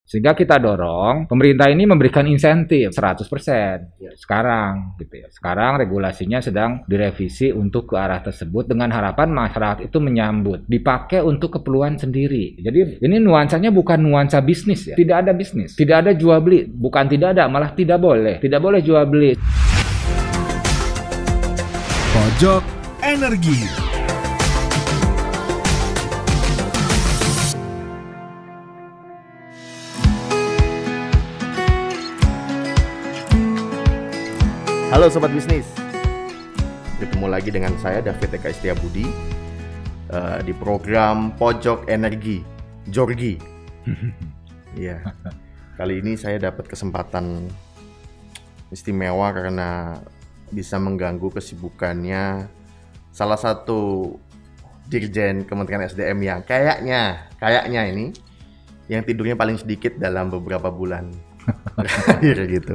Sehingga kita dorong pemerintah ini memberikan insentif 100% sekarang gitu ya. Sekarang regulasinya sedang direvisi untuk ke arah tersebut dengan harapan masyarakat itu menyambut, dipakai untuk keperluan sendiri. Jadi ini nuansanya bukan nuansa bisnis ya. Tidak ada bisnis, tidak ada jual beli, bukan tidak ada, malah tidak boleh jual beli. Pojok Energi. Halo Sobat Bisnis, ketemu lagi dengan saya David Eka Setiabudi di program Pojok Energi, Jorgi. Iya, kali ini saya dapat kesempatan istimewa karena bisa mengganggu kesibukannya salah satu Dirjen Kementerian SDM yang kayaknya ini yang tidurnya paling sedikit dalam beberapa bulan terakhir gitu.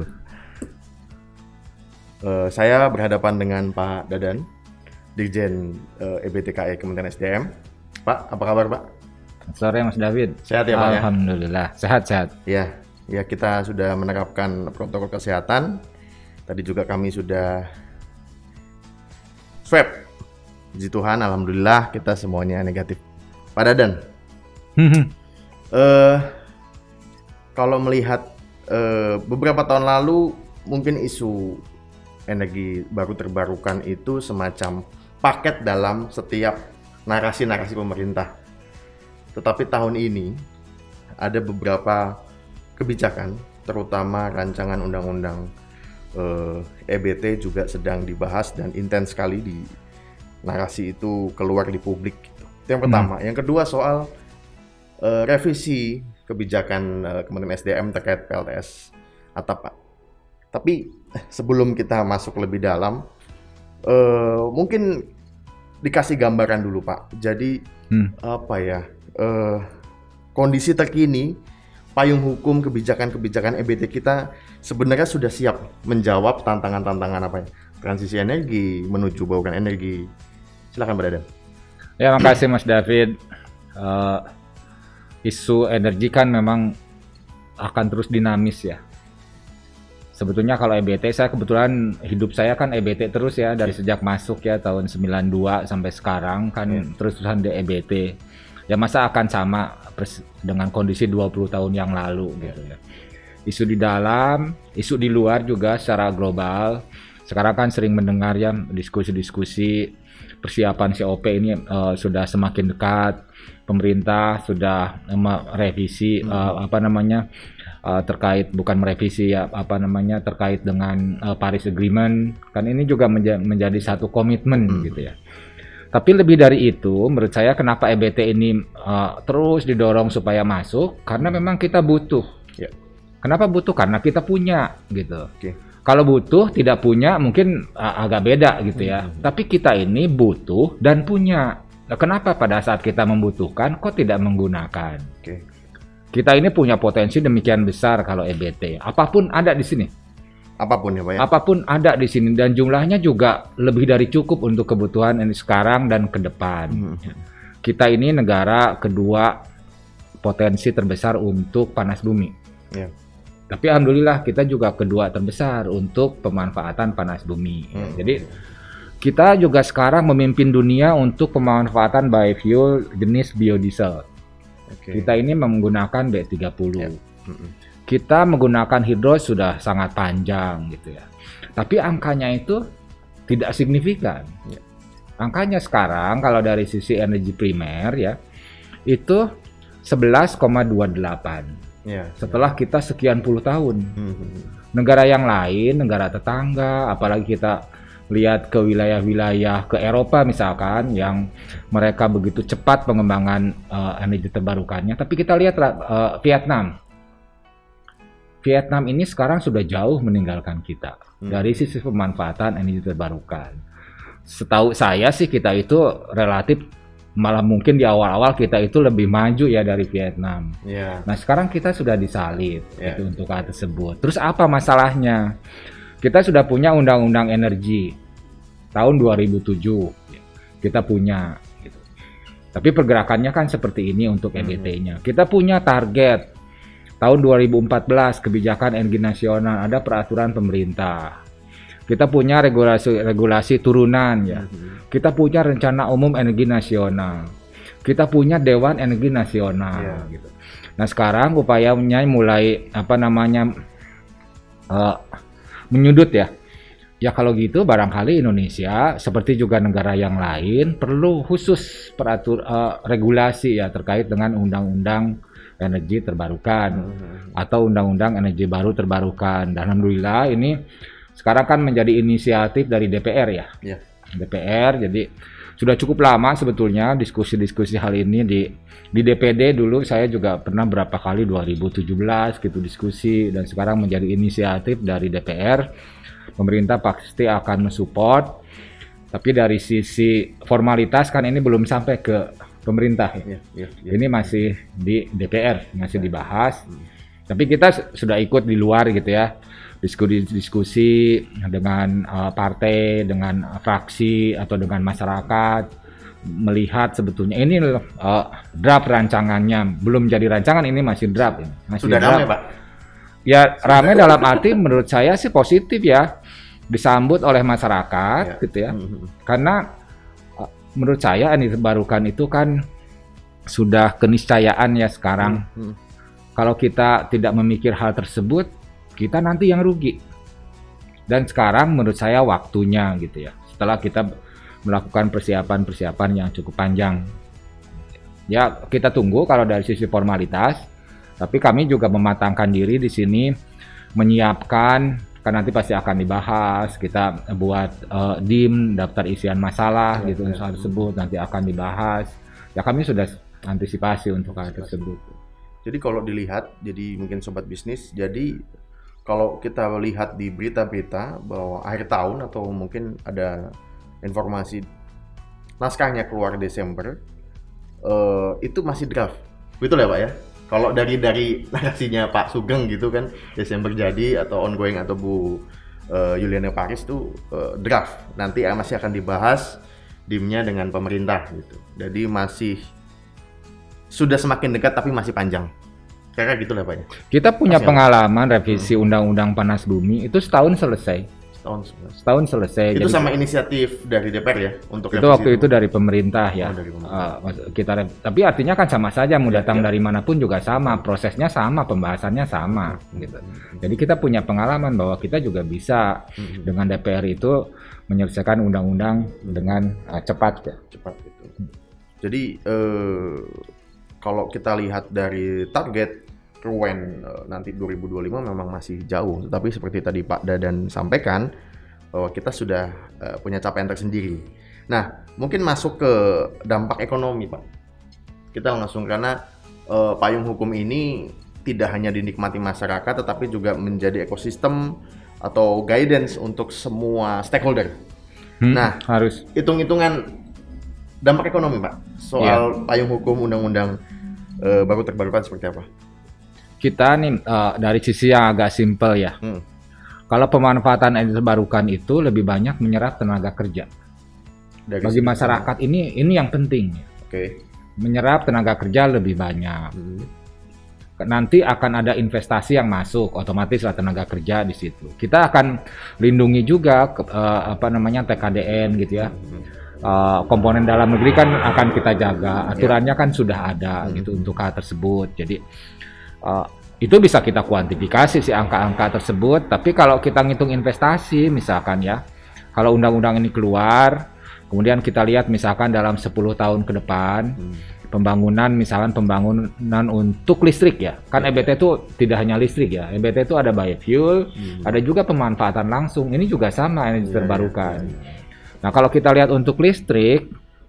Saya berhadapan dengan Pak Dadan, Dirjen EBTKE Kementerian SDM. Pak, apa kabar Pak? Sore Mas David. Sehat ya Pak? Alhamdulillah, sehat-sehat. Ya, kita sudah menerapkan protokol kesehatan. Tadi juga kami sudah swab. Puji Tuhan, alhamdulillah kita semuanya negatif. Pak Dadan, kalau melihat beberapa tahun lalu mungkin isu energi baru terbarukan itu semacam paket dalam setiap narasi-narasi pemerintah. Tetapi tahun ini ada beberapa kebijakan, terutama rancangan undang-undang EBT juga sedang dibahas dan intens sekali di narasi itu keluar di publik. Itu yang pertama. Yang kedua soal revisi kebijakan Kementerian SDM terkait PLTS atap, Pak. Tapi sebelum kita masuk lebih dalam, mungkin dikasih gambaran dulu Pak. Jadi kondisi terkini, payung hukum kebijakan-kebijakan EBT kita sebenarnya sudah siap menjawab tantangan-tantangan apa ya? Transisi energi menuju bauran energi. Silakan Pak Dadan. Ya, makasih Mas David. Isu energi kan memang akan terus dinamis ya. Sebetulnya kalau EBT, saya kebetulan hidup saya kan EBT terus ya, dari sejak masuk ya tahun 92 sampai sekarang kan terus-terusan di EBT. Ya masa akan sama dengan kondisi 20 tahun yang lalu gitu ya. Isu di dalam, isu di luar juga secara global. Sekarang kan sering mendengar ya diskusi-diskusi persiapan COP ini sudah semakin dekat. Pemerintah sudah merevisi terkait bukan merevisi ya terkait dengan Paris Agreement, kan ini juga menjadi satu komitmen gitu ya. Tapi lebih dari itu, menurut saya kenapa EBT ini terus didorong supaya masuk, karena memang kita butuh. Kenapa butuh? Karena kita punya gitu. Kalau butuh tidak punya mungkin agak beda gitu ya. Tapi kita ini butuh dan punya. Nah, kenapa pada saat kita membutuhkan kok tidak menggunakan? Kita ini punya potensi demikian besar kalau EBT. Apapun ada di sini. Apapun ya Pak ya? Apapun ada di sini dan jumlahnya juga lebih dari cukup untuk kebutuhan ini sekarang dan ke depan. Kita ini negara kedua potensi terbesar untuk panas bumi. Tapi alhamdulillah kita juga kedua terbesar untuk pemanfaatan panas bumi. Jadi kita juga sekarang memimpin dunia untuk pemanfaatan biofuel jenis biodiesel. Kita ini menggunakan B30. Kita menggunakan hidro sudah sangat panjang gitu ya. Tapi angkanya itu tidak signifikan. Angkanya sekarang kalau dari sisi energi primer ya itu 11,28. Setelah kita sekian puluh tahun. Negara yang lain, negara tetangga, apalagi kita lihat ke wilayah-wilayah ke Eropa misalkan yang mereka begitu cepat pengembangan energi terbarukannya, tapi kita lihat Vietnam ini sekarang sudah jauh meninggalkan kita dari sisi pemanfaatan energi terbarukan. Setahu saya sih kita itu relatif malah mungkin di awal-awal kita itu lebih maju ya dari Vietnam. Nah sekarang kita sudah disalib itu untuk hal tersebut. Terus apa masalahnya? Kita sudah punya undang-undang energi tahun 2007, kita punya. Tapi pergerakannya kan seperti ini untuk EBT-nya. Kita punya target Tahun 2014 kebijakan energi nasional, ada peraturan pemerintah. Kita punya regulasi turunan ya. Kita punya rencana umum energi nasional. Kita punya Dewan Energi Nasional gitu. Nah, sekarang upayanya mulai menyudut ya. Ya kalau gitu barangkali Indonesia seperti juga negara yang lain perlu khusus regulasi ya terkait dengan undang-undang energi terbarukan atau undang-undang energi baru terbarukan. Dan alhamdulillah ini sekarang kan menjadi inisiatif dari DPR ya. DPR, jadi sudah cukup lama sebetulnya diskusi-diskusi hal ini di DPD. Dulu saya juga pernah berapa kali 2017 gitu diskusi, dan sekarang menjadi inisiatif dari DPR. Pemerintah pasti akan mensupport, tapi dari sisi formalitas kan ini belum sampai ke pemerintah. Ini masih di DPR, masih dibahas. Tapi kita sudah ikut di luar gitu ya, diskusi dengan partai, dengan fraksi atau dengan masyarakat, melihat sebetulnya ini draft rancangannya, belum jadi rancangan, ini masih draft. Masih sudah draft. ramai Pak? Ya ramai dalam arti menurut saya sih positif ya, disambut oleh masyarakat gitu ya. Karena menurut saya energi terbarukan itu kan sudah keniscayaan ya sekarang. Kalau kita tidak memikir hal tersebut, kita nanti yang rugi. Dan sekarang menurut saya waktunya gitu ya, setelah kita melakukan persiapan yang cukup panjang. Ya kita tunggu kalau dari sisi formalitas. Tapi kami juga mematangkan diri di sini, menyiapkan, kan nanti pasti akan dibahas. Kita buat DIM, daftar isian masalah gitu, soal tersebut nanti akan dibahas. Ya kami sudah antisipasi untuk hal tersebut. Jadi kalau dilihat, jadi mungkin sobat bisnis, jadi kalau kita lihat di berita-berita bahwa akhir tahun atau mungkin ada informasi naskahnya keluar Desember, itu masih draft, betul ya Pak ya? Kalau dari narasinya Pak Sugeng gitu kan, Desember jadi atau ongoing atau Bu Yuliana Paris tuh draft, nanti masih akan dibahas DIM-nya dengan pemerintah gitu. Jadi masih sudah semakin dekat tapi masih panjang. Kayak gitu lah Pak ya. Kita punya pengalaman revisi Undang-Undang Panas Bumi itu setahun selesai. Setahun selesai. Itu jadi, sama inisiatif dari DPR ya untuk itu waktu itu dari pemerintah ya. Dari pemerintah. Tapi artinya kan sama saja, mau datang dari manapun juga sama, prosesnya sama, pembahasannya sama gitu. Jadi kita punya pengalaman bahwa kita juga bisa dengan DPR itu menyelesaikan undang-undang dengan cepat ya. Cepat gitu. Jadi kalau kita lihat dari target Kerwen nanti 2025 memang masih jauh, tapi seperti tadi Pak Dadan sampaikan bahwa kita sudah punya capaian tersendiri. Nah, mungkin masuk ke dampak ekonomi Pak. Kita langsung, karena payung hukum ini tidak hanya dinikmati masyarakat, tetapi juga menjadi ekosistem atau guidance untuk semua stakeholder. Nah, harus hitung-hitungan dampak ekonomi Pak soal payung hukum undang-undang baru terbarukan seperti apa? Kita nih dari sisi yang agak simpel ya. Kalau pemanfaatan energi terbarukan itu lebih banyak menyerap tenaga kerja. Bagi masyarakat ini yang penting. Menyerap tenaga kerja lebih banyak. Nanti akan ada investasi yang masuk, otomatis lah tenaga kerja di situ. Kita akan lindungi juga TKDN gitu ya. Komponen dalam negeri kan akan kita jaga, aturannya kan sudah ada gitu untuk hal tersebut. Jadi itu bisa kita kuantifikasi sih angka-angka tersebut. Tapi kalau kita ngitung investasi misalkan ya, kalau undang-undang ini keluar, kemudian kita lihat misalkan dalam 10 tahun ke depan, pembangunan untuk listrik ya, kan EBT itu tidak hanya listrik ya, EBT itu ada biofuel, ada juga pemanfaatan langsung, ini juga sama energi terbarukan. Nah kalau kita lihat untuk listrik,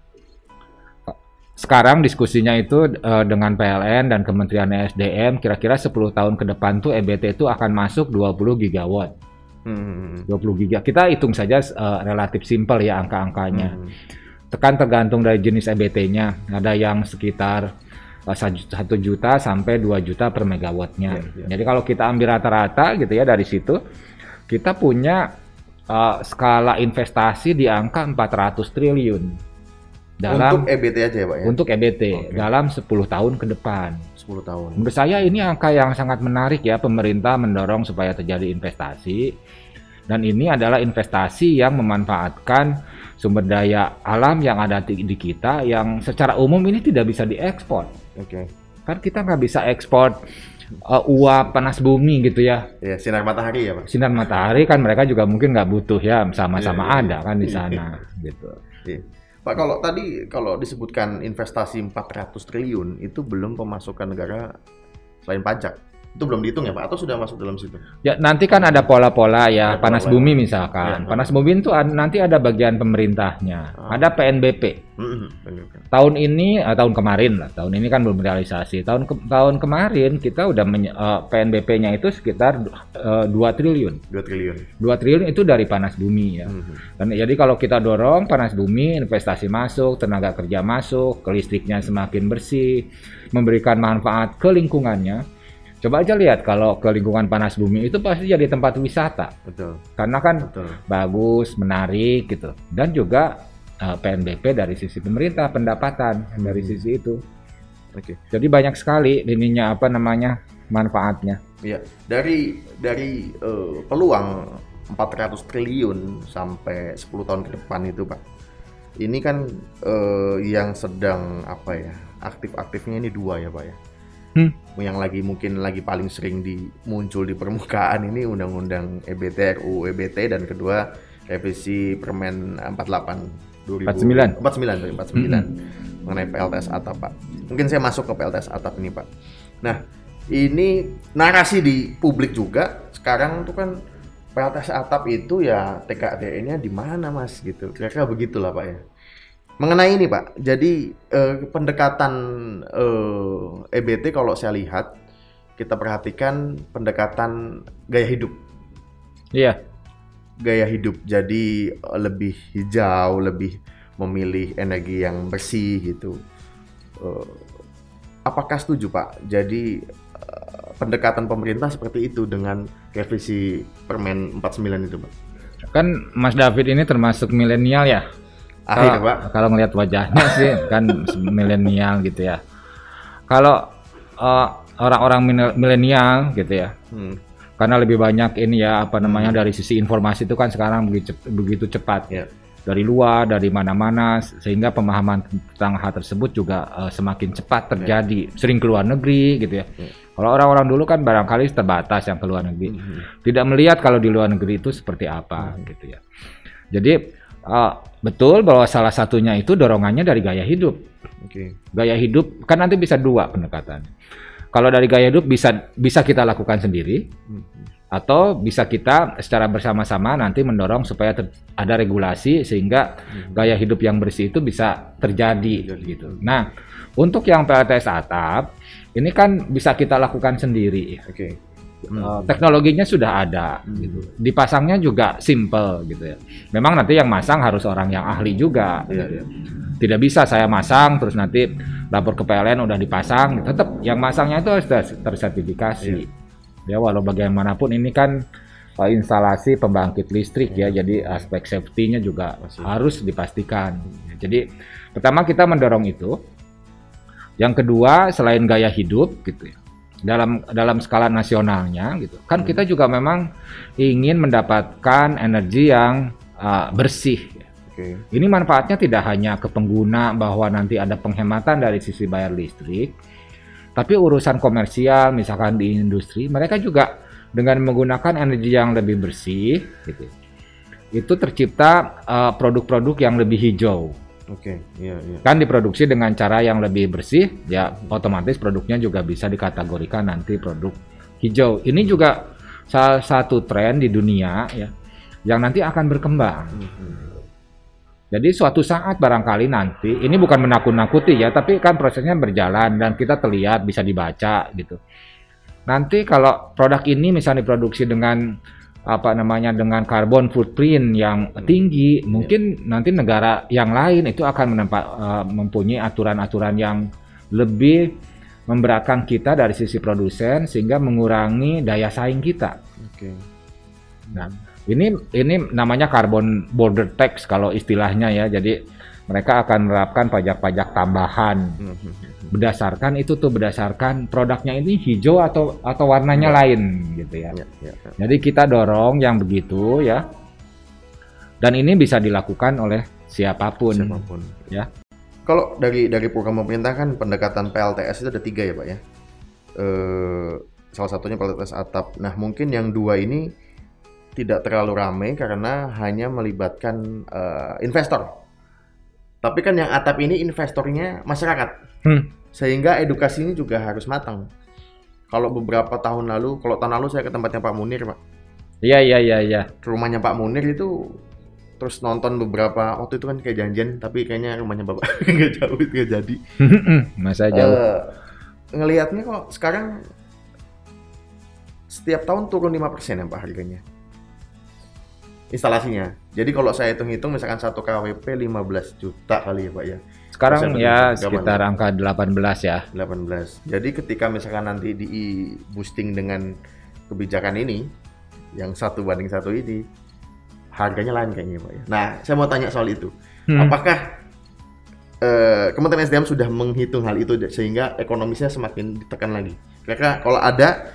sekarang diskusinya itu dengan PLN dan Kementerian ESDM, kira-kira 10 tahun ke depan tuh EBT itu akan masuk 20 gigawatt. 20 giga, kita hitung saja relatif simpel ya angka-angkanya. Tekan tergantung dari jenis EBT-nya, ada yang sekitar 1 juta sampai 2 juta per megawattnya. Jadi kalau kita ambil rata-rata gitu ya dari situ, kita punya skala investasi di angka 400 triliun. Untuk EBT aja ya Pak ya? Untuk EBT dalam 10 tahun ke depan. 10 10 tahun. Menurut saya ini angka yang sangat menarik ya, pemerintah mendorong supaya terjadi investasi. Dan ini adalah investasi yang memanfaatkan sumber daya alam yang ada di kita yang secara umum ini tidak bisa diekspor. Oke. Kan kita nggak bisa ekspor uap panas bumi gitu ya. Ya, sinar matahari ya, Pak. Sinar matahari kan mereka juga mungkin nggak butuh ya, sama-sama Iya, iya, ada kan di iya. sana gitu. Iya. Pak, kalau disebutkan investasi 400 triliun itu belum pemasukan negara selain pajak. Itu belum dihitung ya, Pak? Atau sudah masuk dalam situ? Ya nanti kan ada pola-pola ya, Ada panas pola-pola. bumi misalkan. Ya. Panas bumi itu nanti ada bagian pemerintahnya, Oh. ada PNBP. Benar. Tahun ini, tahun kemarin lah, tahun ini kan belum realisasi. Tahun kemarin kita udah PNBP-nya itu sekitar 2 triliun. 2 triliun. 2 triliun itu dari panas bumi ya. Dan jadi kalau kita dorong panas bumi, investasi masuk, tenaga kerja masuk, kelistriknya semakin bersih, memberikan manfaat ke lingkungannya. Coba aja lihat kalau ke lingkungan panas bumi itu pasti jadi tempat wisata. Betul. Karena kan Betul. bagus, menarik gitu. Dan juga PNBP dari sisi pemerintah, pendapatan dari sisi itu. Oke. Jadi banyak sekali ininya manfaatnya. Iya, dari peluang 400 triliun sampai 10 tahun ke depan itu, Pak. Ini kan yang sedang aktif-aktifnya ini 2 ya, Pak ya. Yang mungkin lagi paling sering muncul di permukaan ini Undang-Undang EBT, RUU EBT, dan kedua revisi Permen 49 mengenai PLTS atap, Pak. Mungkin saya masuk ke PLTS atap ini, Pak. Nah, ini narasi di publik juga sekarang tuh kan PLTS atap itu ya TKDN-nya di mana, Mas, gitu. Kira-kira begitulah, Pak ya. Mengenai ini, Pak, jadi pendekatan EBT kalau saya lihat, kita perhatikan pendekatan gaya hidup. Iya. Gaya hidup, jadi lebih hijau, lebih memilih energi yang bersih gitu. Apakah setuju, Pak? Jadi pendekatan pemerintah seperti itu dengan revisi Permen 49 itu, Pak? Kan Mas David ini termasuk milenial ya. Akhirnya, Pak. Kalau ngelihat wajahnya sih kan milenial gitu ya. Kalau orang-orang milenial gitu ya, karena lebih banyak ini ya dari sisi informasi itu kan sekarang begitu cepat Ya. dari luar, dari mana-mana, sehingga pemahaman tentang hal tersebut juga semakin cepat terjadi. Sering keluar negeri gitu ya. Kalau orang-orang dulu kan barangkali terbatas yang keluar negeri, tidak melihat kalau di luar negeri itu seperti apa gitu ya. Jadi betul bahwa salah satunya itu dorongannya dari gaya hidup. Gaya hidup kan nanti bisa 2 pendekatan. Kalau dari gaya hidup bisa kita lakukan sendiri, atau bisa kita secara bersama-sama nanti mendorong supaya ada regulasi sehingga gaya hidup yang bersih itu bisa terjadi gitu. Nah, untuk yang PLTS atap ini kan bisa kita lakukan sendiri. Teknologinya sudah ada gitu. Dipasangnya juga simple gitu ya. Memang nanti yang masang harus orang yang ahli juga gitu ya. Tidak bisa saya masang terus nanti lapor ke PLN udah dipasang, tetap yang masangnya itu harus tersertifikasi. Ya walau bagaimanapun ini kan instalasi pembangkit listrik ya, jadi aspek safety-nya juga harus dipastikan. Jadi pertama kita mendorong itu. Yang kedua selain gaya hidup gitu ya, dalam skala nasionalnya gitu kan kita juga memang ingin mendapatkan energi yang bersih. Ini manfaatnya tidak hanya ke pengguna bahwa nanti ada penghematan dari sisi bayar listrik, tapi urusan komersial misalkan di industri mereka juga dengan menggunakan energi yang lebih bersih gitu, itu tercipta produk-produk yang lebih hijau. Kan diproduksi dengan cara yang lebih bersih, ya otomatis produknya juga bisa dikategorikan nanti produk hijau. Ini juga salah satu tren di dunia ya, yang nanti akan berkembang. Jadi suatu saat barangkali nanti, ini bukan menakut-nakuti ya, tapi kan prosesnya berjalan dan kita terlihat bisa dibaca gitu. Nanti kalau produk ini misalnya diproduksi dengan dengan carbon footprint yang tinggi, mungkin nanti negara yang lain itu akan mempunyai aturan-aturan yang lebih memberatkan kita dari sisi produsen sehingga mengurangi daya saing kita. Nah, ini namanya carbon border tax kalau istilahnya ya. Jadi mereka akan menerapkan pajak-pajak tambahan. Berdasarkan produknya ini hijau atau warnanya lain gitu ya. Jadi kita dorong yang begitu ya. Dan ini bisa dilakukan oleh siapapun. Ya. Kalau dari program pemerintah kan pendekatan PLTS itu ada 3 ya Pak ya. Salah satunya PLTS atap. Nah mungkin yang 2 ini tidak terlalu ramai karena hanya melibatkan investor. Tapi kan yang atap ini investornya masyarakat, sehingga edukasi ini juga harus matang. Kalau tahun lalu saya ke tempatnya Pak Munir Pak. Iya. Ke rumahnya Pak Munir itu, terus nonton beberapa, waktu itu kan kayak janjian, tapi kayaknya rumahnya Bapak nggak jadi. Masa jauh. Ngelihatnya kok sekarang setiap tahun turun 5% ya Pak harganya. Instalasinya. Jadi kalau saya hitung-hitung misalkan 1 KWP 15 juta kali ya Pak ya. Sekarang ya sekitar angka 18 ya. 18. Jadi ketika misalkan nanti di boosting dengan kebijakan ini yang 1:1 ini, harganya lain kayaknya Pak ya. Nah, saya mau tanya soal itu. Apakah Kementerian SDM sudah menghitung hal itu sehingga ekonomisnya semakin ditekan lagi? Kira-kira kalau ada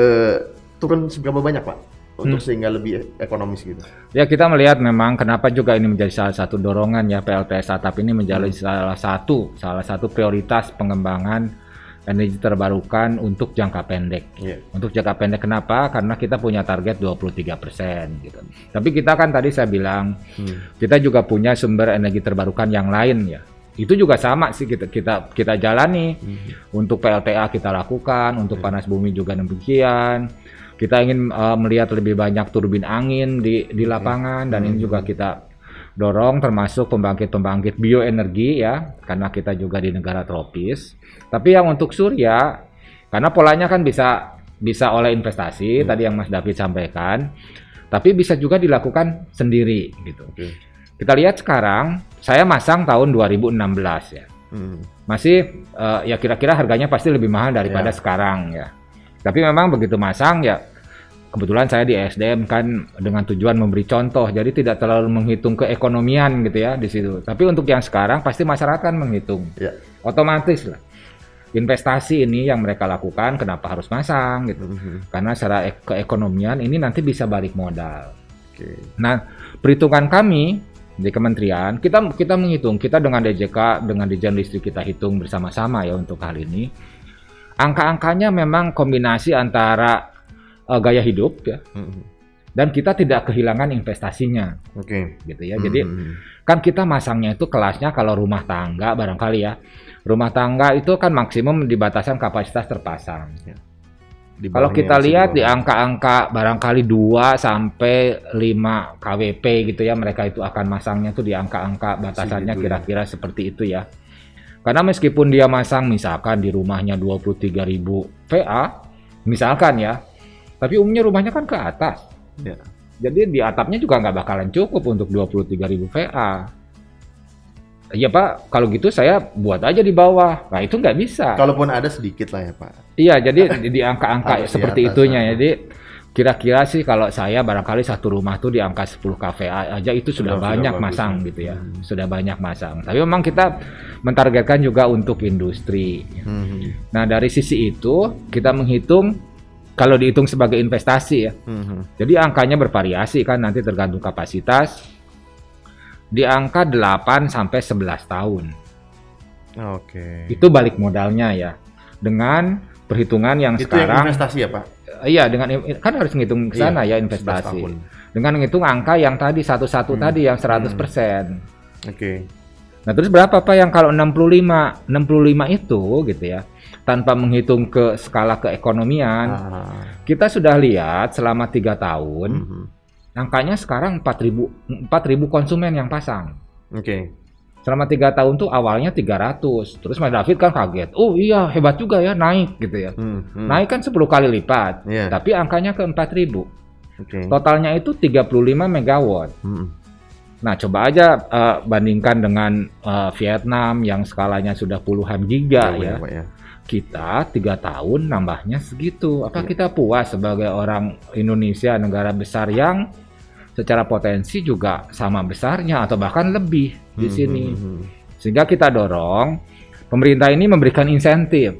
turun seberapa banyak Pak? Untuk sehingga lebih ekonomis gitu. Ya kita melihat memang kenapa juga ini menjadi salah satu dorongan ya PLTS atap ini menjadi salah satu prioritas pengembangan energi terbarukan untuk jangka pendek. Untuk jangka pendek kenapa? Karena kita punya target 23% gitu. Tapi kita kan tadi saya bilang kita juga punya sumber energi terbarukan yang lain ya. Itu juga sama sih kita jalani. Untuk PLTA kita lakukan, untuk panas bumi juga demikian. Kita ingin melihat lebih banyak turbin angin di lapangan dan ini juga kita dorong termasuk pembangkit bioenergi ya, karena kita juga di negara tropis. Tapi yang untuk surya, karena polanya kan bisa oleh investasi tadi yang Mas David sampaikan, tapi bisa juga dilakukan sendiri gitu. Kita lihat sekarang, saya masang tahun 2016 ya, masih ya kira-kira harganya pasti lebih mahal daripada sekarang ya. Tapi memang begitu masang ya, kebetulan saya di SDM kan dengan tujuan memberi contoh, jadi tidak terlalu menghitung keekonomian gitu ya di situ. Tapi untuk yang sekarang pasti masyarakat kan menghitung, otomatis lah. Investasi ini yang mereka lakukan, kenapa harus masang gitu? Karena secara keekonomian ini nanti bisa balik modal. Nah, perhitungan kami di kementerian, kita menghitung, kita dengan DJK, dengan Dirjen Listrik kita hitung bersama-sama ya untuk hal ini. Angka-angkanya memang kombinasi antara gaya hidup ya, dan kita tidak kehilangan investasinya, gitu ya. Jadi kan kita masangnya itu kelasnya kalau rumah tangga barangkali ya, rumah tangga itu kan maksimum di batasan kapasitas terpasang. Kalau kita lihat di angka-angka barangkali 2 sampai 5 KWP gitu ya, mereka itu akan masangnya tuh di angka-angka batasannya kira-kira seperti itu ya. Karena meskipun dia masang misalkan di rumahnya 23.000 VA, misalkan ya, tapi umumnya rumahnya kan ke atas. Jadi di atapnya juga nggak bakalan cukup untuk 23.000 VA. Iya Pak, kalau gitu saya buat aja di bawah. Nah itu nggak bisa. Kalaupun ada sedikit lah ya Pak. Iya, jadi di angka-angka seperti itunya. Jadi kira-kira sih kalau saya barangkali satu rumah tuh di angka 10 kVA aja itu sudah banyak masang gitu ya. Sudah banyak masang. Tapi memang kita mentargetkan juga untuk industri. Nah dari sisi itu kita menghitung kalau dihitung sebagai investasi ya. Jadi angkanya bervariasi kan nanti tergantung kapasitas. Di angka 8 sampai 11 tahun. Itu balik modalnya ya. Dengan perhitungan yang itu sekarang yang investasi ya Pak? Iya, dengan kan harus ngitung ke sana ya investasi. Dengan menghitung angka yang tadi satu-satu tadi yang 100%. Nah, terus berapa Pak yang kalau 65 itu gitu ya. Tanpa menghitung ke skala keekonomian. Kita sudah lihat selama 3 tahun angkanya sekarang 4.000 konsumen yang pasang. Selama 3 tahun tuh awalnya 300. Terus Mas David kan kaget. Oh iya hebat juga ya naik gitu ya. Naik kan 10 kali lipat. Tapi angkanya ke 4.000. Totalnya itu 35 megawatt. Nah coba aja bandingkan dengan Vietnam yang skalanya sudah puluhan giga ya. Kita 3 tahun nambahnya segitu. Apa kita puas sebagai orang Indonesia, negara besar yang secara potensi juga sama besarnya atau bahkan lebih di sini. Sehingga kita dorong pemerintah ini memberikan insentif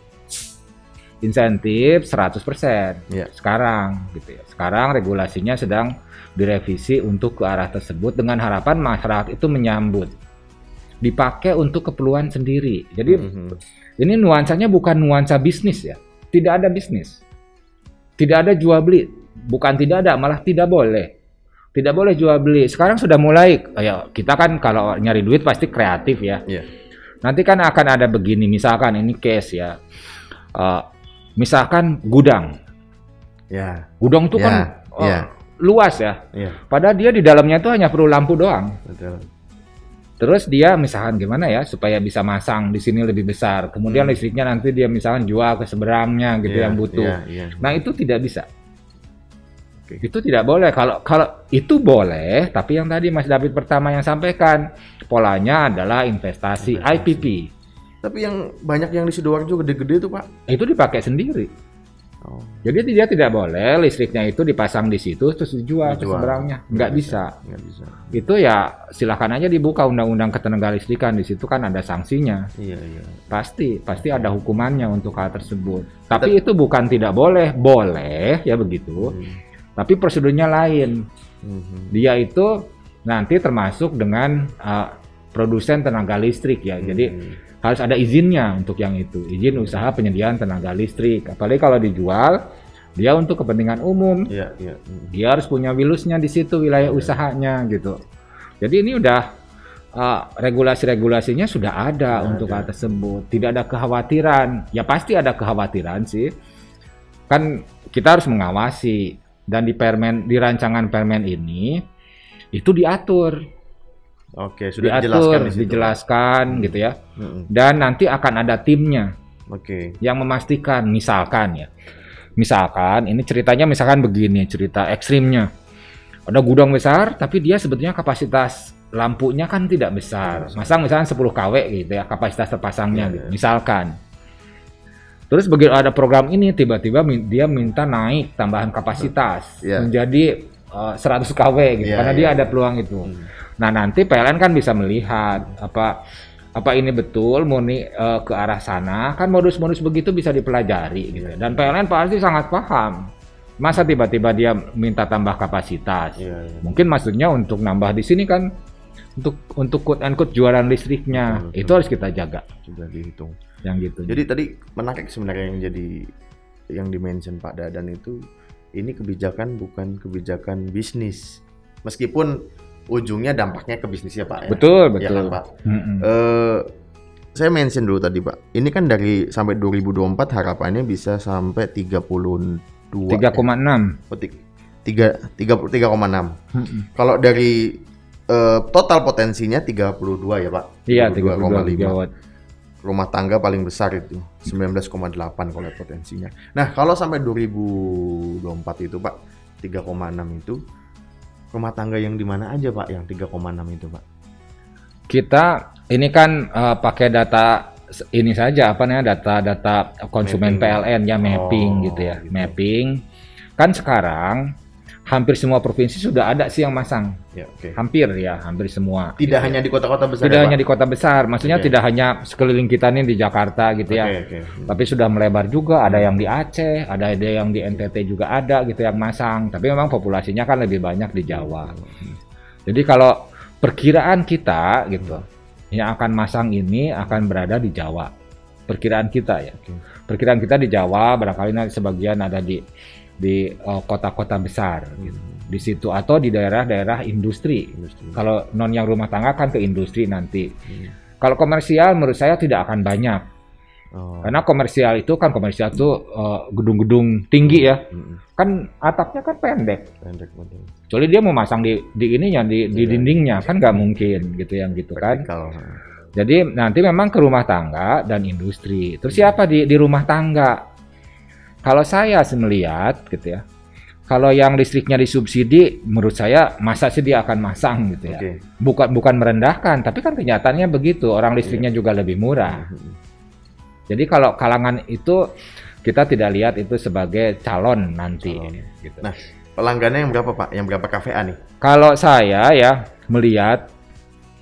100% sekarang gitu ya. Sekarang regulasinya sedang direvisi untuk ke arah tersebut dengan harapan masyarakat itu menyambut, dipakai untuk keperluan sendiri. Jadi ini nuansanya bukan nuansa bisnis ya, tidak ada bisnis, tidak ada jual beli, bukan tidak ada, malah tidak boleh jual beli. Sekarang sudah mulai, ya kita kan kalau nyari duit pasti kreatif ya. Nanti kan akan ada begini, misalkan ini case ya, misalkan gudang, gudang itu kan luas ya. Padahal dia di dalamnya itu hanya perlu lampu doang. Terus dia misalkan gimana ya supaya bisa masang di sini lebih besar. Kemudian listriknya nanti dia misalkan jual ke seberangnya gitu yang butuh. Nah itu tidak bisa. Itu tidak boleh. Kalau itu boleh, tapi yang tadi Mas David pertama yang sampaikan polanya adalah investasi. IPP. Tapi yang banyak yang di Sidoarjo gede-gede itu Pak. Itu dipakai sendiri. Jadi dia tidak boleh listriknya itu dipasang di situ terus dijual ke seberangnya. Nggak bisa. Itu ya silakan aja dibuka undang-undang ketenagalistrikan, di situ kan ada sanksinya. Pasti ada hukumannya untuk hal tersebut. Tapi itu bukan tidak boleh, boleh ya begitu. Tapi prosedurnya lain. Dia itu nanti termasuk dengan produsen tenaga listrik ya. Jadi harus ada izinnya untuk yang itu, izin usaha penyediaan tenaga listrik. Apalagi kalau dijual, dia untuk kepentingan umum. Dia harus punya wilusnya di situ, wilayah usahanya gitu. Jadi ini udah regulasi-regulasinya sudah ada untuk hal tersebut. Tidak ada kekhawatiran. Ya pasti ada kekhawatiran sih. Kan kita harus mengawasi, dan di rancangan permen ini itu diatur. Sudah dijelaskan gitu ya. Dan nanti akan ada timnya yang memastikan, misalkan ini ceritanya misalkan begini, cerita ekstrimnya. Ada gudang besar tapi dia sebetulnya kapasitas lampunya kan tidak besar. Masang misalkan 10 kW gitu ya kapasitas terpasangnya gitu. Misalkan. Terus begitu ada program ini tiba-tiba dia minta naik tambahan kapasitas menjadi 100 kW gitu karena dia ada peluang itu. Nah nanti PLN kan bisa melihat apa ini betul murni ke arah sana, kan modus-modus begitu bisa dipelajari gitu. Dan PLN pasti sangat paham. Masa tiba-tiba dia minta tambah kapasitas? Mungkin maksudnya untuk nambah di sini kan untuk quote and quote jualan listriknya. Itu harus kita jaga. Sudah dihitung. Yang gitu. Jadi tadi menarik sebenarnya yang di-mention Pak Dadan itu, ini kebijakan bukan kebijakan bisnis. Meskipun ujungnya dampaknya ke bisnisnya Pak ya. Betul. Ya kan Pak. Saya mention dulu tadi Pak. Ini kan dari sampai 2024 harapannya bisa sampai 32 3,6. Oh, 3,6. Kalau dari total potensinya 32 ya Pak. Iya, 32,5. Rumah tangga paling besar itu 19,8 kalau potensinya. Nah, kalau sampai 2024 itu Pak 3,6 itu rumah tangga yang di mana aja Pak yang 3,6 itu Pak? Kita ini kan pakai data ini saja data konsumen PLN ya, mapping gitu ya. Mapping. Kan sekarang hampir semua provinsi sudah ada sih yang masang. Hampir semua. Tidak hanya di kota-kota besar. Tidak hanya di kota besar, maksudnya tidak hanya sekeliling kita nih di Jakarta gitu ya. Tapi sudah melebar juga, ada yang di Aceh, ada yang di NTT juga ada gitu yang masang. Tapi memang populasinya kan lebih banyak di Jawa. Jadi kalau perkiraan kita gitu, yang akan masang ini akan berada di Jawa. Perkiraan kita ya. Perkiraan kita di Jawa, barangkali nanti sebagian ada di kota-kota besar gitu. Di situ atau di daerah-daerah industri. Kalau non yang rumah tangga kan ke industri nanti. Kalau komersial menurut saya tidak akan banyak. Karena komersial itu gedung-gedung tinggi ya. Kan atapnya kan pendek. Kecuali dia mau masang di dindingnya kan nggak mungkin gitu yang gitu kan. Jadi nanti memang ke rumah tangga dan industri. Terus siapa di rumah tangga? Kalau saya melihat gitu ya, kalau yang listriknya disubsidi, menurut saya masa sih dia akan masang gitu ya. Bukan merendahkan, tapi kan kenyataannya begitu. Orang listriknya juga lebih murah. Jadi kalau kalangan itu kita tidak lihat itu sebagai calon nanti. Gitu. Nah, pelanggannya yang berapa Pak? Yang berapa KVA nih? Kalau saya ya melihat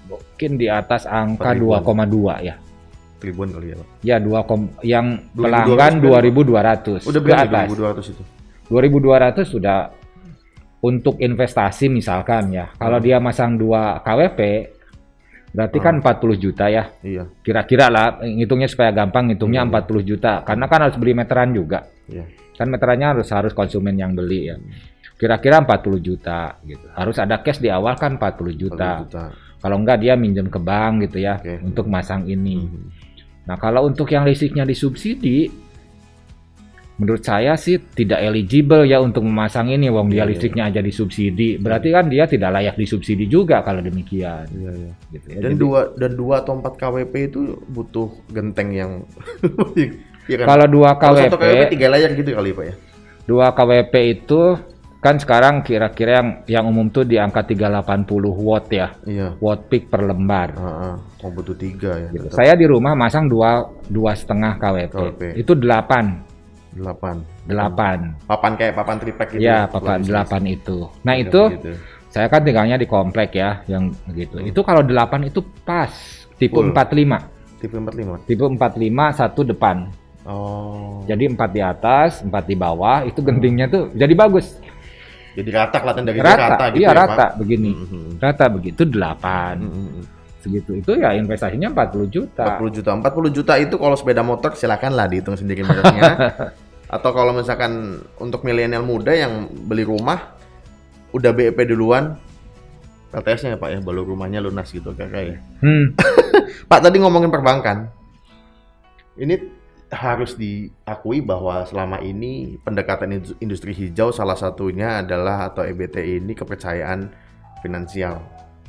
mungkin di atas angka 4.000-an. 2,2 ya. Ribuan kali ya, Pak. Ya, yang 2.200 pelanggan 2.200 Udah ke berani atas. 2.200 itu. 2.200 sudah untuk investasi misalkan ya. Kalau dia masang 2 KWP berarti kan 40 juta ya. Iya. Kira-kira lah, ngitungnya supaya gampang, ngitungnya 40 juta. Karena kan harus beli meteran juga. Iya. Kan meterannya harus konsumen yang beli ya. Kira-kira 40 juta gitu. Harus ada cash di awal kan 40 juta. 40 juta. Kalau enggak dia minjem ke bank gitu ya, Oke. untuk masang ini. Nah, kalau untuk yang listriknya disubsidi, menurut saya sih tidak eligible ya untuk memasang ini, wong dia Iya, listriknya aja disubsidi. Berarti kan dia tidak layak disubsidi juga kalau demikian. Iya, iya. Gitu ya. Dan Jadi, 2 atau 4 KWP itu butuh genteng yang iya kan? kalau 2 Kalau satu KWP KWP, 3 layar gitu kali, Pak ya. 2 KWP itu kan sekarang kira-kira yang umum tuh di angka 380 watt ya. Iya. Watt peak per lembar. Heeh. Oh, butuh 3 ya. Gitu. tetap. Saya di rumah masang 2,5 KWP. KWP. Itu 8. 8. Papan Kayak papan triplek gitu. ya, papan 8 itu. Nah, itu saya kan tinggalnya di komplek ya, yang gitu. Itu kalau 8 itu pas tipe Full. 45. Tipe 45. Tipe 45 satu depan. Oh. Jadi 4 di atas, 4 di bawah, itu gentingnya tuh jadi bagus. Jadi rata kelihatan dari Rata, gitu iya ya, rata Pak? begini. Mhm. Rata begitu 8. Segitu. Itu ya investasinya 40 juta. 40 juta. 40 juta itu kalau sepeda motor silakanlah dihitung sendiri mereknya. Atau kalau misalkan untuk milenial muda yang beli rumah udah BEP duluan, LTS-nya ya Pak ya, baru rumahnya lunas gitu kakak ya. Pak tadi ngomongin perbankan, ini harus diakui bahwa selama ini pendekatan industri hijau salah satunya adalah atau EBT ini kepercayaan finansial.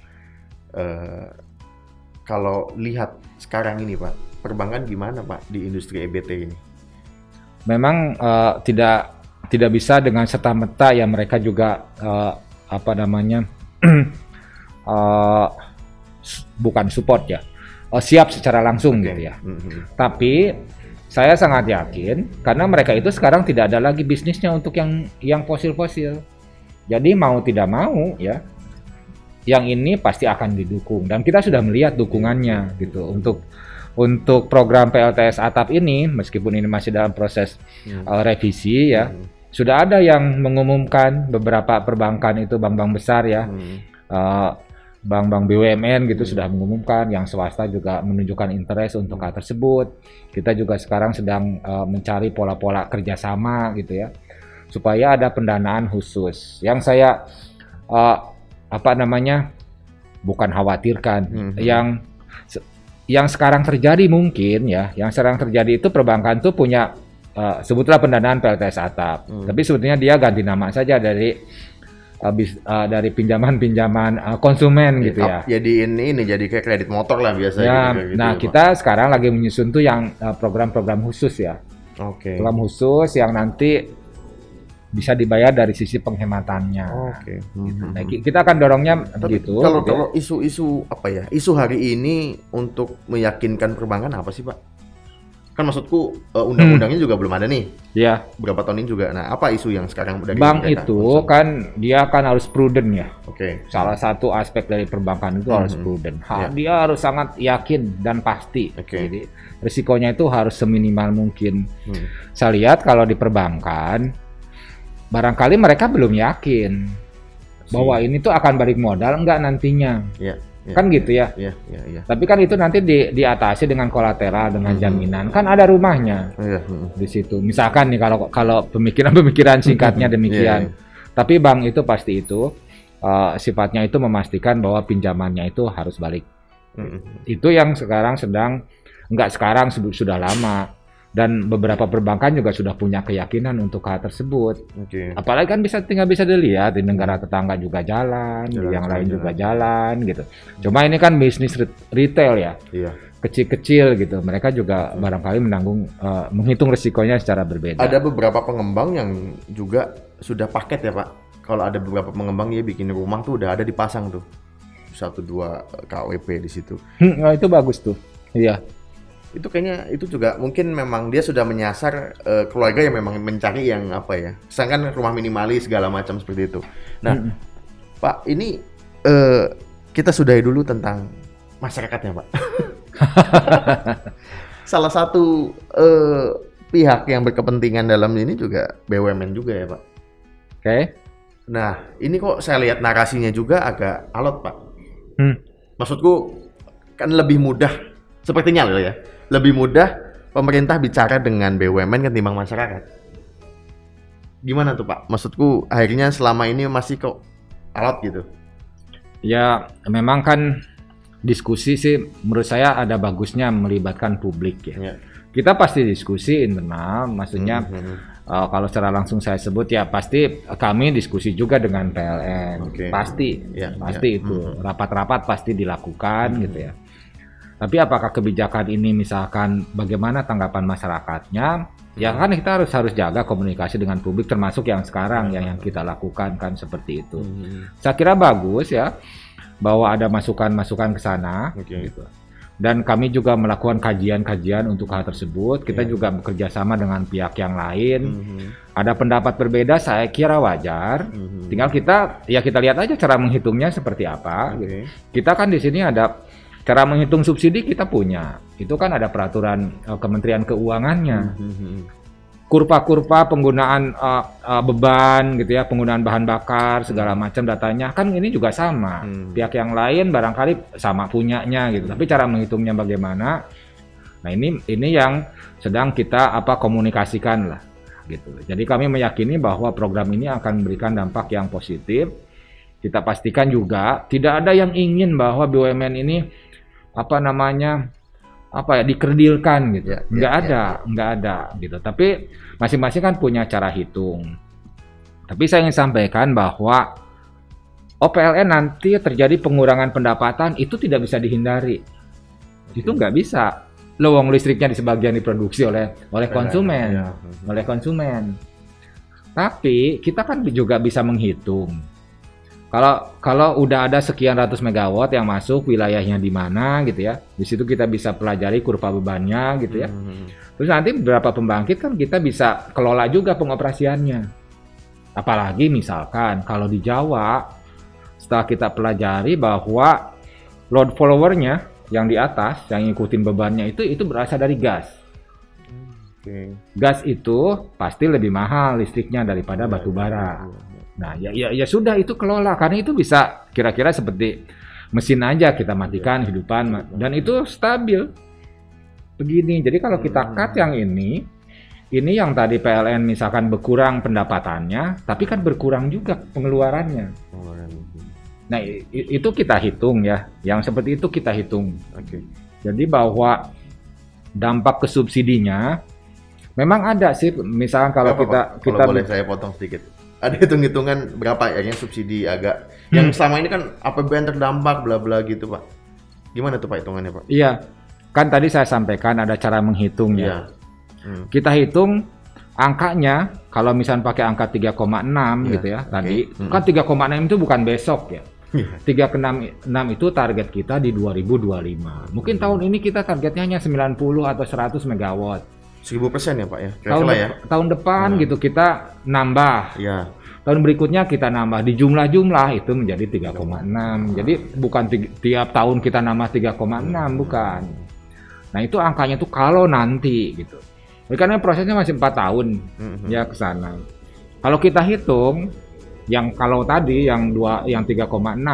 Kalau lihat sekarang ini Pak, perbankan gimana Pak di industri EBT ini? Memang tidak bisa dengan serta-merta ya, mereka juga bukan support ya, siap secara langsung gitu ya. Tapi saya sangat yakin karena mereka itu sekarang tidak ada lagi bisnisnya untuk yang fosil-fosil. Jadi mau tidak mau ya, yang ini pasti akan didukung dan kita sudah melihat dukungannya gitu untuk program PLTS atap ini, meskipun ini masih dalam proses revisi ya. Sudah ada yang mengumumkan beberapa perbankan itu, bank-bank besar ya, bank-bank BUMN gitu sudah mengumumkan, yang swasta juga menunjukkan interest untuk hal tersebut. Kita juga sekarang sedang mencari pola-pola kerjasama gitu ya, supaya ada pendanaan khusus. Yang saya bukan khawatirkan, yang sekarang terjadi mungkin ya, yang sekarang terjadi itu perbankan tuh punya sebutlah pendanaan PLTS atap, tapi sebetulnya dia ganti nama saja dari pinjaman konsumen gitu ya. Jadi ini jadi kayak kredit motor lah biasanya. Ya, gitu, nah kita sekarang lagi menyusun tuh yang program-program khusus ya. Oke. Program khusus yang nanti bisa dibayar dari sisi penghematannya. Oke. Nah, kita akan dorongnya begitu. Kalau isu-isu apa ya? Isu hari ini untuk meyakinkan perbankan apa sih, Pak? Kan maksudku undang-undangnya juga belum ada nih. Ya. Berapa tahun ini juga. Nah, apa isu yang sekarang dari bank itu kan dia kan harus prudent ya. Oke. Salah satu aspek dari perbankan itu harus prudent. Dia harus sangat yakin dan pasti. Jadi risikonya itu harus seminimal mungkin. Saya lihat kalau di perbankan barangkali mereka belum yakin bahwa ini tuh akan balik modal enggak nantinya. Kan gitu ya. Tapi kan itu nanti diatasi dengan kolateral, dengan jaminan. Kan ada rumahnya di situ. Misalkan nih kalau pemikiran singkatnya demikian. Tapi bank itu pasti itu sifatnya itu memastikan bahwa pinjamannya itu harus balik. Itu yang sekarang sudah lama. Dan beberapa perbankan juga sudah punya keyakinan untuk hal tersebut. Apalagi kan tinggal bisa dilihat di negara tetangga juga jalan, yang lain juga jalan gitu. Cuma ini kan bisnis retail ya, kecil-kecil gitu. Mereka juga barangkali menghitung risikonya secara berbeda. Ada beberapa pengembang yang juga sudah paket ya Pak. Kalau ada beberapa pengembang dia bikin rumah tuh udah ada dipasang tuh 1-2 KWP di situ. Nah, itu bagus tuh. Iya. Itu kayaknya itu juga mungkin memang dia sudah menyasar keluarga yang memang mencari yang apa ya, sedangkan rumah minimalis segala macam seperti itu. Nah, Pak ini kita sudahi dulu tentang masyarakatnya, Pak. Salah satu pihak yang berkepentingan dalam ini juga BUMN juga ya, Pak. Oke. Nah, ini kok saya lihat narasinya juga agak alot, Pak. Maksudku kan lebih mudah, sepertinya loh ya, lebih mudah pemerintah bicara dengan BUMN ketimbang masyarakat. Gimana tuh, Pak? Maksudku akhirnya selama ini masih kok alot gitu. Ya, memang kan diskusi sih menurut saya ada bagusnya melibatkan publik ya. Kita pasti diskusi internal, maksudnya kalau secara langsung saya sebut ya pasti kami diskusi juga dengan PLN, pasti itu rapat-rapat pasti dilakukan gitu ya. Tapi apakah kebijakan ini misalkan bagaimana tanggapan masyarakatnya? Ya kan kita harus jaga komunikasi dengan publik termasuk yang sekarang yang kita lakukan kan seperti itu. Saya kira bagus ya bahwa ada masukan-masukan ke sana gitu. Dan kami juga melakukan kajian-kajian untuk hal tersebut. Kita juga bekerja sama dengan pihak yang lain. Ada pendapat berbeda, saya kira wajar. Tinggal kita lihat aja cara menghitungnya seperti apa. Gitu. Kita kan di sini ada cara menghitung subsidi kita punya. Itu kan ada peraturan Kementerian Keuangannya. Kurva-kurva penggunaan beban gitu ya, penggunaan bahan bakar segala macam datanya kan ini juga sama. Pihak yang lain barangkali sama punyanya gitu. Tapi cara menghitungnya bagaimana? Nah, ini yang sedang kita komunikasikan lah gitu. Jadi kami meyakini bahwa program ini akan memberikan dampak yang positif. Kita pastikan juga tidak ada yang ingin bahwa BUMN ini dikerdilkan gitu. Nggak ada gitu. Tapi masing-masing kan punya cara hitung. Tapi saya ingin sampaikan bahwa PLN nanti terjadi pengurangan pendapatan itu tidak bisa dihindari. Itu nggak bisa. Lowong listriknya di sebagian diproduksi oleh konsumen, oleh konsumen. Tapi kita kan juga bisa menghitung. Kalau udah ada sekian ratus megawatt yang masuk, wilayahnya di mana gitu ya, di situ kita bisa pelajari kurva bebannya gitu ya. Terus nanti beberapa pembangkit kan kita bisa kelola juga pengoperasiannya. Apalagi misalkan kalau di Jawa, setelah kita pelajari bahwa load followernya yang di atas, yang ngikutin bebannya itu berasal dari gas. Gas itu pasti lebih mahal listriknya daripada batu bara. Nah, ya sudah itu kelola karena itu bisa kira-kira seperti mesin aja kita matikan hidupan dan itu stabil. Begini. Jadi kalau kita cut yang ini yang tadi PLN misalkan berkurang pendapatannya, tapi kan berkurang juga pengeluarannya. Nah, itu kita hitung ya. Yang seperti itu kita hitung. Jadi bahwa dampak ke subsidinya memang ada sih. Misalkan kalau kita boleh saya potong sedikit. Ada hitung-hitungan berapa ya yang subsidi agak yang selama ini kan APBN terdampak bla bla gitu, Pak. Gimana tuh Pak hitungannya, Pak? Iya. Kan tadi saya sampaikan ada cara menghitung ya. Kita hitung angkanya kalau misalnya pakai angka 3,6 gitu ya tadi. Kan 3,6 itu bukan besok ya. 3,6 itu target kita di 2025. Mungkin tahun ini kita targetnya hanya 90 atau 100 megawatt. 1000% ya Pak ya? Tahun depan gitu kita nambah. Tahun berikutnya kita nambah. Di jumlah-jumlah itu menjadi 3,6. Jadi bukan tiap tahun kita nambah 3,6, bukan. Nah itu angkanya tuh kalau nanti gitu. Karena prosesnya masih 4 tahun ya ke sana. Kalau kita hitung yang kalau tadi yang 3,6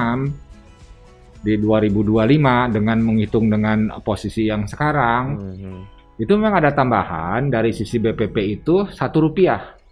di 2025 dengan menghitung dengan posisi yang sekarang itu memang ada tambahan dari sisi BPP itu Rp1.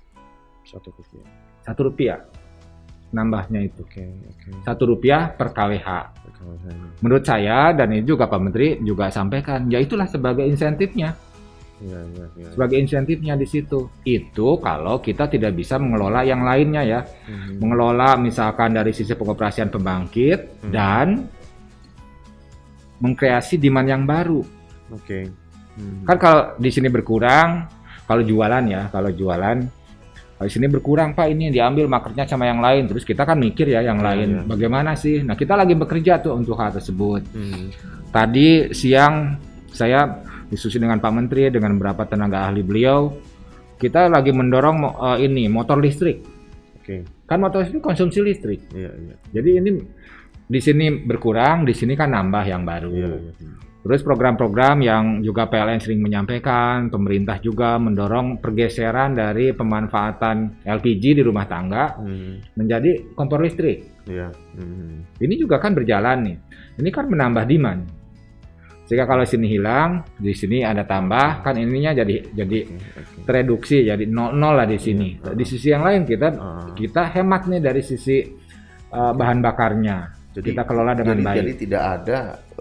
Rp1 nambahnya itu. Rp1 per kWh. Menurut saya dan ini juga Pak Menteri juga sampaikan, ya itulah sebagai insentifnya. Sebagai insentifnya di situ. Itu kalau kita tidak bisa mengelola yang lainnya ya. Mengelola misalkan dari sisi pengoperasian pembangkit dan mengkreasi demand yang baru. Kan kalau di sini berkurang, kalau jualan kalau di sini berkurang Pak ini diambil marketnya sama yang lain, terus kita kan mikir ya yang lain bagaimana sih. Nah kita lagi bekerja tuh untuk hal tersebut. Tadi siang saya diskusi dengan Pak Menteri dengan beberapa tenaga ahli beliau, kita lagi mendorong motor listrik. Kan motor listrik konsumsi listrik. Jadi ini di sini berkurang, di sini kan nambah yang baru. Terus program-program yang juga PLN sering menyampaikan, pemerintah juga mendorong pergeseran dari pemanfaatan LPG di rumah tangga menjadi kompor listrik. Ini juga kan berjalan nih. Ini kan menambah demand. Sehingga kalau sini hilang, di sini ada tambah, kan ininya jadi tereduksi, jadi nol lah di sini. Di sisi yang lain kita hemat nih dari sisi bahan bakarnya. Jadi kita kelola dengan baik. Jadi tidak ada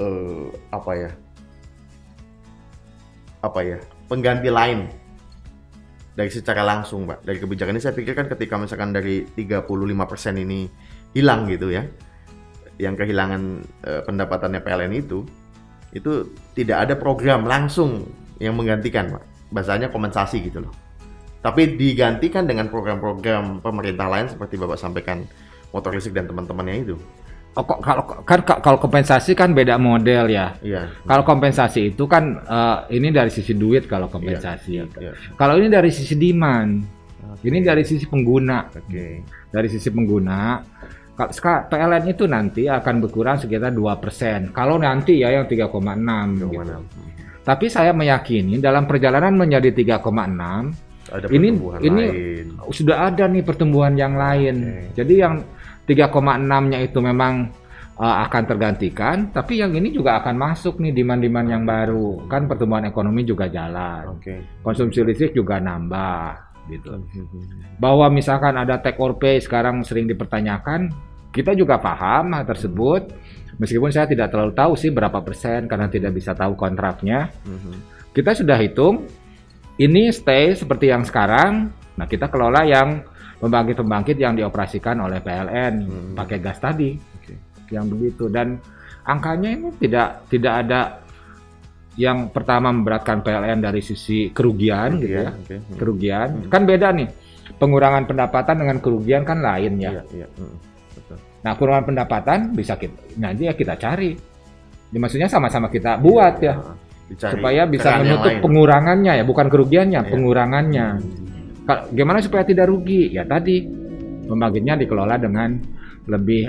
pengganti lain dari secara langsung, Pak. Dari kebijakan ini saya pikir kan ketika misalkan dari 35% ini hilang gitu ya, yang kehilangan pendapatannya PLN itu tidak ada program langsung yang menggantikan, Pak. Bahasanya kompensasi gitu loh. Tapi digantikan dengan program-program pemerintah lain seperti Bapak sampaikan motor listrik dan teman-temannya itu. Kalau kompensasi kan beda model ya. Kalau kompensasi itu kan ini dari sisi duit kalau kompensasi. Kalau ini dari sisi demand. Ini dari sisi pengguna. Dari sisi pengguna, PLN itu nanti akan berkurang sekitar 2%. Kalau nanti ya yang 3,6 gitu. Tapi saya meyakini dalam perjalanan menjadi 3,6 ini sudah ada nih pertumbuhan yang lain. Jadi yang 3,6-nya itu memang akan tergantikan, tapi yang ini juga akan masuk nih demand-demand yang baru. Kan pertumbuhan ekonomi juga jalan. Konsumsi listrik juga nambah gitu. Bahwa misalkan ada take or pay sekarang sering dipertanyakan, kita juga paham hal tersebut. Meskipun saya tidak terlalu tahu sih berapa persen karena tidak bisa tahu kontraknya. Kita sudah hitung ini stay seperti yang sekarang. Nah, kita kelola yang pembangkit-pembangkit yang dioperasikan oleh PLN pakai gas tadi, yang begitu. Dan angkanya ini tidak ada yang pertama memberatkan PLN dari sisi kerugian gitu ya. Kerugian kan beda nih, pengurangan pendapatan dengan kerugian kan lain ya. Nah, pengurangan pendapatan bisa kita cari. Maksudnya sama-sama kita buat ya, supaya bisa menutup pengurangannya ya, bukan kerugiannya, pengurangannya. Gimana supaya tidak rugi? Ya tadi pembangkitnya dikelola dengan lebih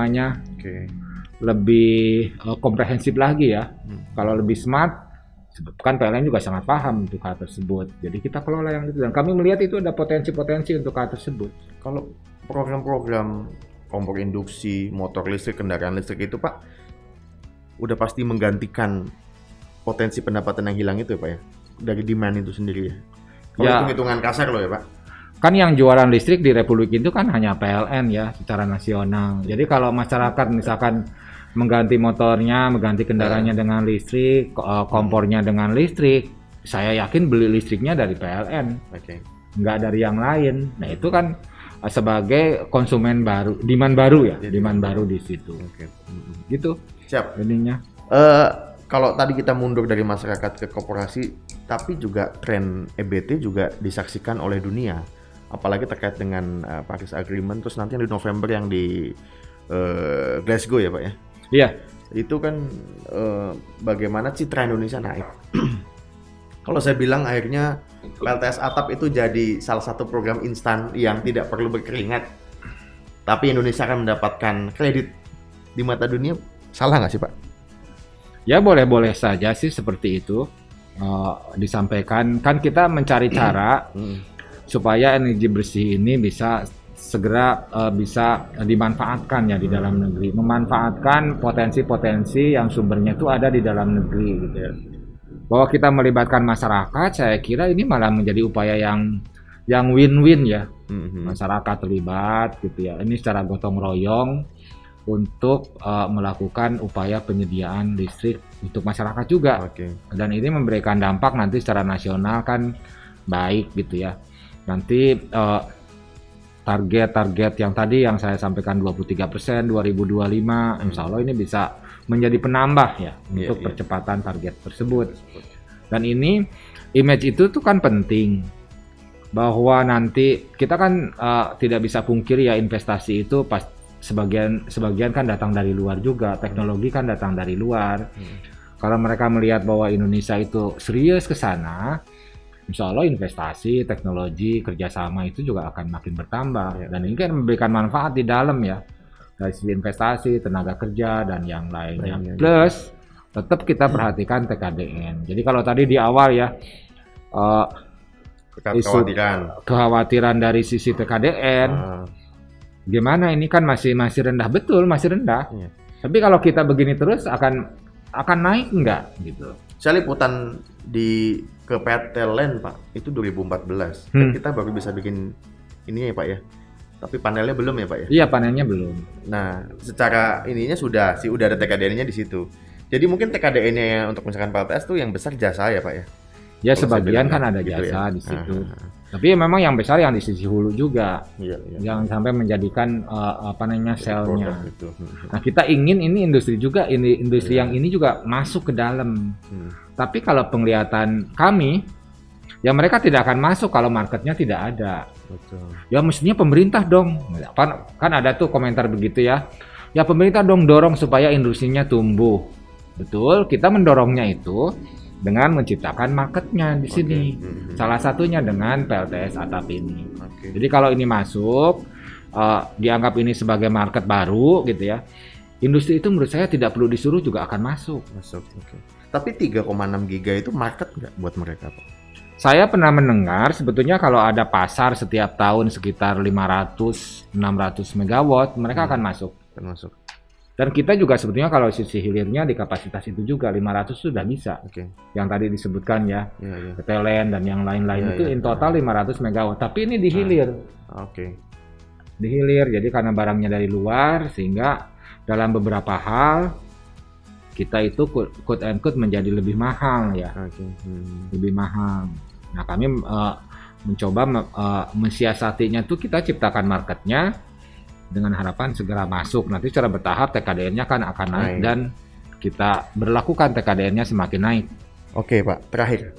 lebih komprehensif lagi ya. Kalau lebih smart, kan PLN juga sangat paham untuk hal tersebut. Jadi kita kelola yang itu dan kami melihat itu ada potensi-potensi untuk hal tersebut. Kalau program-program kompor induksi, motor listrik, kendaraan listrik itu, Pak, udah pasti menggantikan potensi pendapatan yang hilang itu ya, Pak ya, dari demand itu sendiri ya. Kalau hitung-hitungan kasar loh ya, Pak. Kan yang jualan listrik di Republik itu kan hanya PLN ya secara nasional. Jadi kalau masyarakat misalkan mengganti motornya, mengganti kendaraannya dengan listrik, kompornya dengan listrik, saya yakin beli listriknya dari PLN. Nggak dari yang lain. Nah, itu kan sebagai konsumen baru, demand baru ya, demand baru di situ. Gitu. Siap. Ininya. Kalau tadi kita mundur dari masyarakat ke korporasi, tapi juga tren EBT juga disaksikan oleh dunia, apalagi terkait dengan Paris Agreement, terus nanti di November yang di Glasgow ya, Pak ya? Iya. Itu kan bagaimana citra Indonesia naik. Kalau saya bilang akhirnya PLTS Atap itu jadi salah satu program instan yang tidak perlu berkeringat, tapi Indonesia akan mendapatkan kredit di mata dunia. Salah nggak sih, Pak? Ya boleh-boleh saja sih seperti itu disampaikan. Kan kita mencari cara supaya energi bersih ini bisa segera bisa dimanfaatkan ya di dalam negeri. Memanfaatkan potensi-potensi yang sumbernya itu ada di dalam negeri gitu ya. Bahwa kita melibatkan masyarakat, saya kira ini malah menjadi upaya yang win-win ya. Masyarakat terlibat gitu ya. Ini secara gotong royong untuk melakukan upaya penyediaan listrik untuk masyarakat juga. Dan ini memberikan dampak nanti secara nasional kan baik gitu ya. Nanti target-target yang tadi yang saya sampaikan 23% 2025, insya Allah ini bisa menjadi penambah ya untuk percepatan target tersebut. Dan ini image itu tuh kan penting, bahwa nanti kita kan tidak bisa pungkiri ya, investasi itu sebagian kan datang dari luar juga, teknologi kan datang dari luar. Kalau mereka melihat bahwa Indonesia itu serius ke sana, insya Allah investasi, teknologi, kerjasama itu juga akan makin bertambah. Dan ini kan memberikan manfaat di dalam ya. dari sisi investasi, tenaga kerja dan yang lainnya. Lainnya, Plus tetap kita perhatikan TKDN. Jadi kalau tadi di awal ya kekhawatiran dari sisi TKDN, gimana ini kan masih rendah, betul masih rendah. Iya. Tapi kalau kita begini terus akan naik nggak gitu? Saya liputan ke PT LAN Pak, itu 2014. Kan kita baru bisa bikin ini ya Pak ya. Tapi panelnya belum ya Pak ya? Iya, panelnya belum. Nah, secara ininya udah ada TKDN-nya di situ. Jadi mungkin TKDN-nya untuk misalkan PLTS tuh yang besar jasa ya Pak ya? Ya sebagian kan ada gitu jasa ya? di situ. Tapi memang yang besar yang di sisi hulu juga. Iya. Jangan sampai menjadikan selnya. Gitu. Nah, kita ingin ini industri juga, industri yang ini juga masuk ke dalam. Tapi kalau penglihatan kami, ya mereka tidak akan masuk kalau marketnya tidak ada. Betul. Ya mestinya pemerintah dong. Kan ada tuh komentar begitu ya. Ya pemerintah dong dorong supaya industrinya tumbuh. Betul, kita mendorongnya itu dengan menciptakan marketnya di sini. Salah satunya dengan PLTS atap ini. Jadi kalau ini masuk, dianggap ini sebagai market baru gitu ya. Industri itu menurut saya tidak perlu disuruh juga akan masuk. Tapi 3,6 giga itu market nggak buat mereka Pak? Saya pernah mendengar sebetulnya kalau ada pasar setiap tahun sekitar 500-600 megawatt, mereka akan masuk. Dan kita juga sebetulnya kalau sisi hilirnya di kapasitas itu juga 500 sudah bisa. Yang tadi disebutkan ya, PT LAN dan yang lain-lain itu in total 500 megawatt. Tapi ini di hilir. Di hilir, jadi karena barangnya dari luar sehingga dalam beberapa hal kita itu quote and quote menjadi lebih mahal ya. Lebih mahal. Nah kami mencoba mensiasatinya tuh kita ciptakan marketnya dengan harapan segera masuk. Nanti secara bertahap TKDN-nya kan akan naik dan kita berlakukan TKDN-nya semakin naik. Oke Pak, terakhir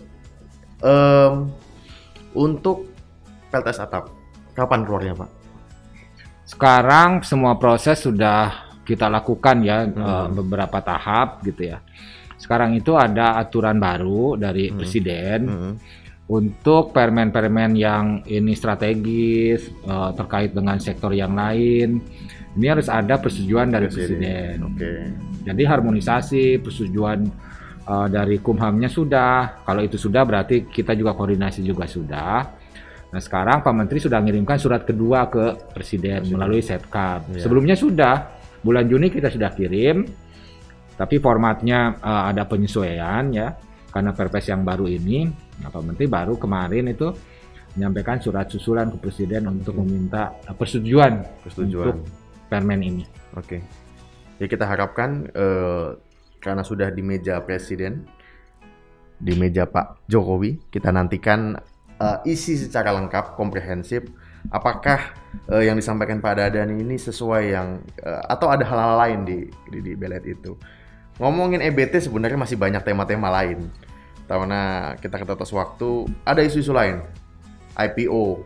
untuk PLTS atap kapan keluarnya Pak? Sekarang semua proses sudah kita lakukan ya beberapa tahap gitu ya. Sekarang itu ada aturan baru dari Presiden untuk permen-permen yang ini strategis terkait dengan sektor yang lain. Ini harus ada persetujuan dari Presiden. Jadi harmonisasi persetujuan dari Kumhamnya sudah. Kalau itu sudah berarti kita juga koordinasi juga sudah. Nah sekarang Pak Menteri sudah mengirimkan surat kedua ke Presiden melalui Setkap. Sebelumnya sudah. Bulan Juni kita sudah kirim, tapi formatnya ada penyesuaian ya, karena Perpres yang baru ini, Pak Menteri baru kemarin itu menyampaikan surat susulan ke Presiden untuk meminta persetujuan untuk permen ini. Ya kita harapkan karena sudah di meja Presiden, di meja Pak Jokowi, kita nantikan isi secara lengkap, komprehensif. Apakah yang disampaikan Pak Dadan ini sesuai yang atau ada hal-hal lain di belet itu? Ngomongin EBT sebenarnya masih banyak tema-tema lain. Karena kita ketetes waktu, ada isu-isu lain. IPO.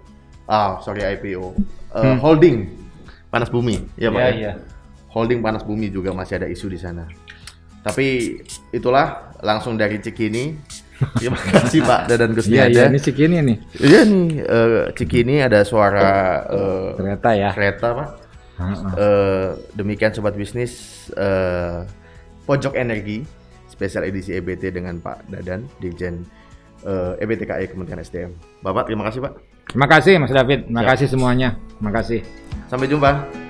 Holding Panas Bumi, ya Pak. Iya. Holding Panas Bumi juga masih ada isu di sana. Tapi itulah langsung dari Cikini. Terima kasih Pak Dadan Kusniada. Iya, ini Cikini nih. Iya nih, Cikini ada suara kereta ya. Kereta Pak. Demikian Sobat Bisnis, Pojok Energi, spesial edisi EBT dengan Pak Dadan, Dirjen EBTKE Kementerian SDM. Bapak, terima kasih Pak. Terima kasih Mas David, terima kasih semuanya. Terima kasih. Sampai jumpa.